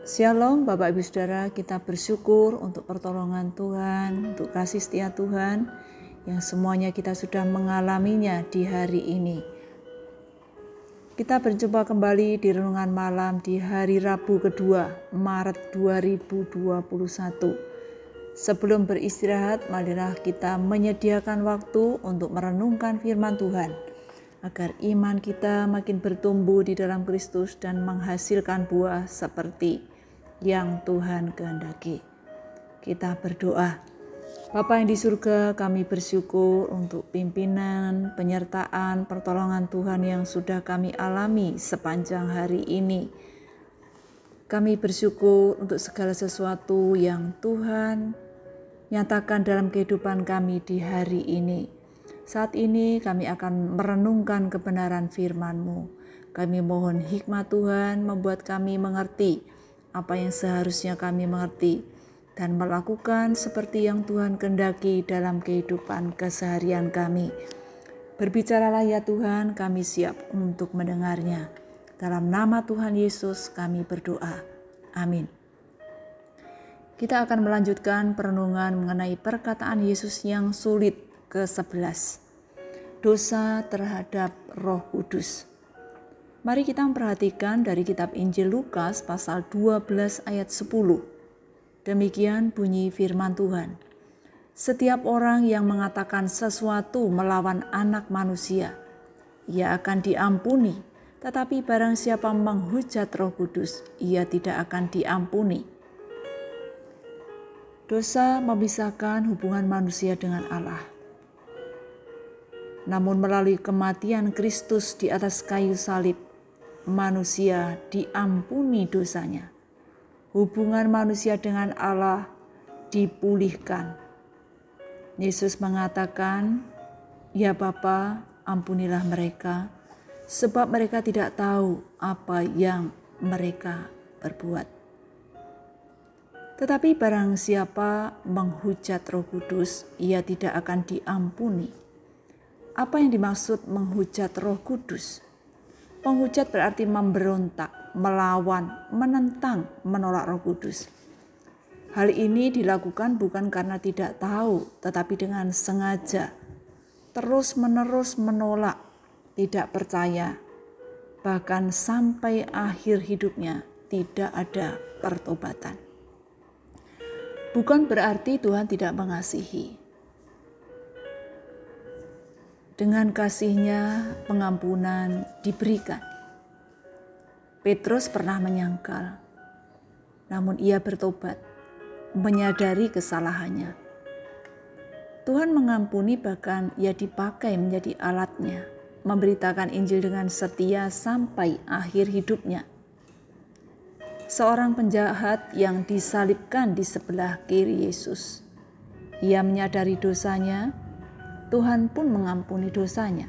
Shalom Bapak Ibu Saudara, kita bersyukur untuk pertolongan Tuhan, untuk kasih setia Tuhan yang semuanya kita sudah mengalaminya di hari ini. Kita berjumpa kembali di renungan malam di hari Rabu kedua Maret 2021. Sebelum beristirahat, marilah kita menyediakan waktu untuk merenungkan firman Tuhan, agar iman kita makin bertumbuh di dalam Kristus dan menghasilkan buah seperti yang Tuhan kehendaki. Kita berdoa. Bapa yang di surga, kami bersyukur untuk pimpinan, penyertaan, pertolongan Tuhan yang sudah kami alami sepanjang hari ini. Kami bersyukur untuk segala sesuatu yang Tuhan nyatakan dalam kehidupan kami di hari ini. Saat ini kami akan merenungkan kebenaran firman-Mu. Kami mohon hikmat Tuhan membuat kami mengerti apa yang seharusnya kami mengerti dan melakukan seperti yang Tuhan kehendaki dalam kehidupan keseharian kami. Berbicaralah ya Tuhan, kami siap untuk mendengarnya. Dalam nama Tuhan Yesus kami berdoa. Amin. Kita akan melanjutkan perenungan mengenai perkataan Yesus yang sulit ke-11. Dosa terhadap Roh Kudus. Mari kita memperhatikan dari kitab Injil Lukas pasal 12 ayat 10. Demikian bunyi firman Tuhan. Setiap orang yang mengatakan sesuatu melawan Anak Manusia, ia akan diampuni. Tetapi barang siapa menghujat Roh Kudus, ia tidak akan diampuni. Dosa memisahkan hubungan manusia dengan Allah. Namun melalui kematian Kristus di atas kayu salib, manusia diampuni dosanya. Hubungan manusia dengan Allah dipulihkan. Yesus mengatakan, "Ya Bapa, ampunilah mereka, sebab mereka tidak tahu apa yang mereka perbuat." Tetapi barang siapa menghujat Roh Kudus, ia tidak akan diampuni. Apa yang dimaksud menghujat Roh Kudus? Menghujat berarti memberontak, melawan, menentang, menolak Roh Kudus. Hal ini dilakukan bukan karena tidak tahu, tetapi dengan sengaja, terus-menerus menolak, tidak percaya, bahkan sampai akhir hidupnya tidak ada pertobatan. Bukan berarti Tuhan tidak mengasihi. Dengan kasih-Nya pengampunan diberikan. Petrus pernah menyangkal, namun ia bertobat, menyadari kesalahannya. Tuhan mengampuni, bahkan ia dipakai menjadi alatnya, memberitakan Injil dengan setia sampai akhir hidupnya. Seorang penjahat yang disalibkan di sebelah kiri Yesus. Ia menyadari dosanya, Tuhan pun mengampuni dosanya.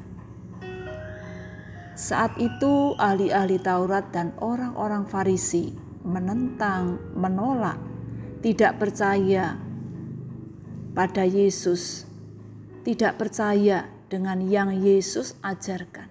Saat itu ahli-ahli Taurat dan orang-orang Farisi menentang, menolak, tidak percaya pada Yesus, tidak percaya dengan yang Yesus ajarkan.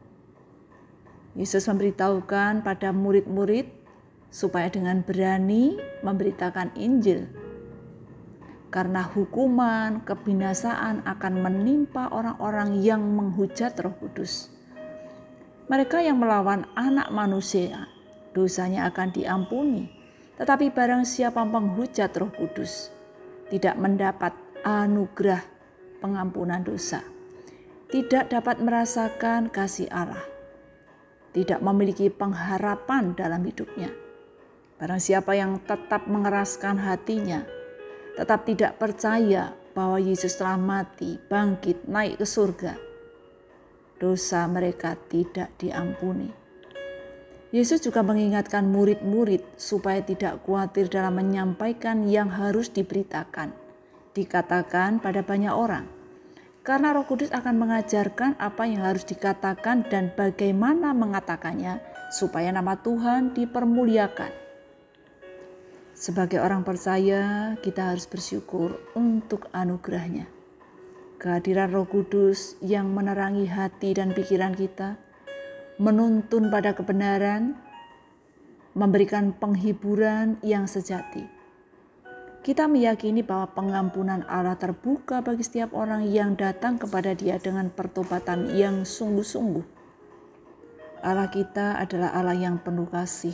Yesus memberitahukan pada murid-murid supaya dengan berani memberitakan Injil, karena hukuman kebinasaan akan menimpa orang-orang yang menghujat Roh Kudus. Mereka yang melawan Anak Manusia, dosanya akan diampuni. Tetapi barang siapa menghujat Roh Kudus, tidak mendapat anugerah pengampunan dosa, tidak dapat merasakan kasih Allah, tidak memiliki pengharapan dalam hidupnya. Barang siapa yang tetap mengeraskan hatinya, tetap tidak percaya bahwa Yesus telah mati, bangkit, naik ke surga, dosa mereka tidak diampuni. Yesus juga mengingatkan murid-murid supaya tidak khawatir dalam menyampaikan yang harus diberitakan, dikatakan pada banyak orang. Karena Roh Kudus akan mengajarkan apa yang harus dikatakan dan bagaimana mengatakannya supaya nama Tuhan dipermuliakan. Sebagai orang percaya, kita harus bersyukur untuk anugerah-Nya. Kehadiran Roh Kudus yang menerangi hati dan pikiran kita, menuntun pada kebenaran, memberikan penghiburan yang sejati. Kita meyakini bahwa pengampunan Allah terbuka bagi setiap orang yang datang kepada Dia dengan pertobatan yang sungguh-sungguh. Allah kita adalah Allah yang penuh kasih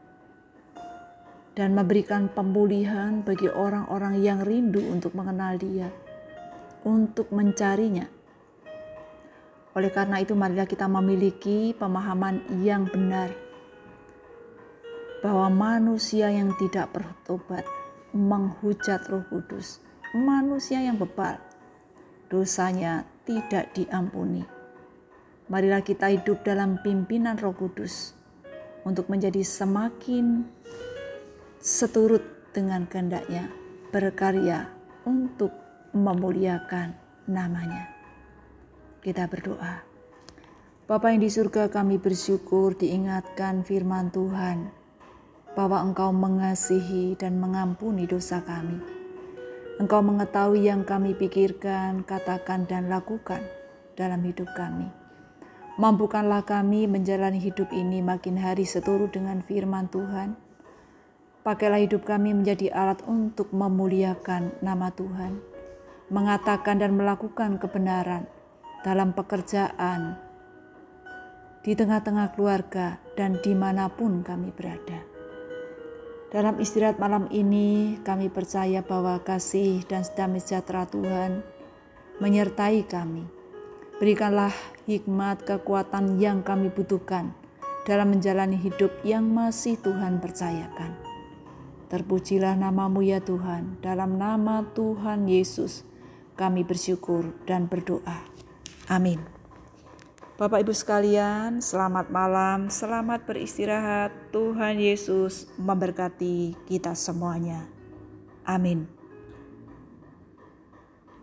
dan memberikan pemulihan bagi orang-orang yang rindu untuk mengenal Dia, untuk mencarinya. Oleh karena itu, marilah kita memiliki pemahaman yang benar bahwa manusia yang tidak bertobat menghujat Roh Kudus, manusia yang bebal, dosanya tidak diampuni. Marilah kita hidup dalam pimpinan Roh Kudus untuk menjadi semakin seturut dengan kehendak-Nya, berkarya untuk memuliakan nama-Nya. Kita berdoa. Bapa yang di surga, kami bersyukur diingatkan firman Tuhan bahwa Engkau mengasihi dan mengampuni dosa kami. Engkau mengetahui yang kami pikirkan, katakan, dan lakukan dalam hidup kami. Mampukanlah kami menjalani hidup ini makin hari seturut dengan firman Tuhan. Pakailah hidup kami menjadi alat untuk memuliakan nama Tuhan, mengatakan dan melakukan kebenaran dalam pekerjaan, di tengah-tengah keluarga, dan dimanapun kami berada. Dalam istirahat malam ini, kami percaya bahwa kasih dan damai sejahtera Tuhan menyertai kami. Berikanlah hikmat, kekuatan yang kami butuhkan dalam menjalani hidup yang masih Tuhan percayakan. Terpujilah nama-Mu ya Tuhan. Dalam nama Tuhan Yesus, kami bersyukur dan berdoa. Amin. Bapak Ibu sekalian, selamat malam, selamat beristirahat. Tuhan Yesus memberkati kita semuanya. Amin.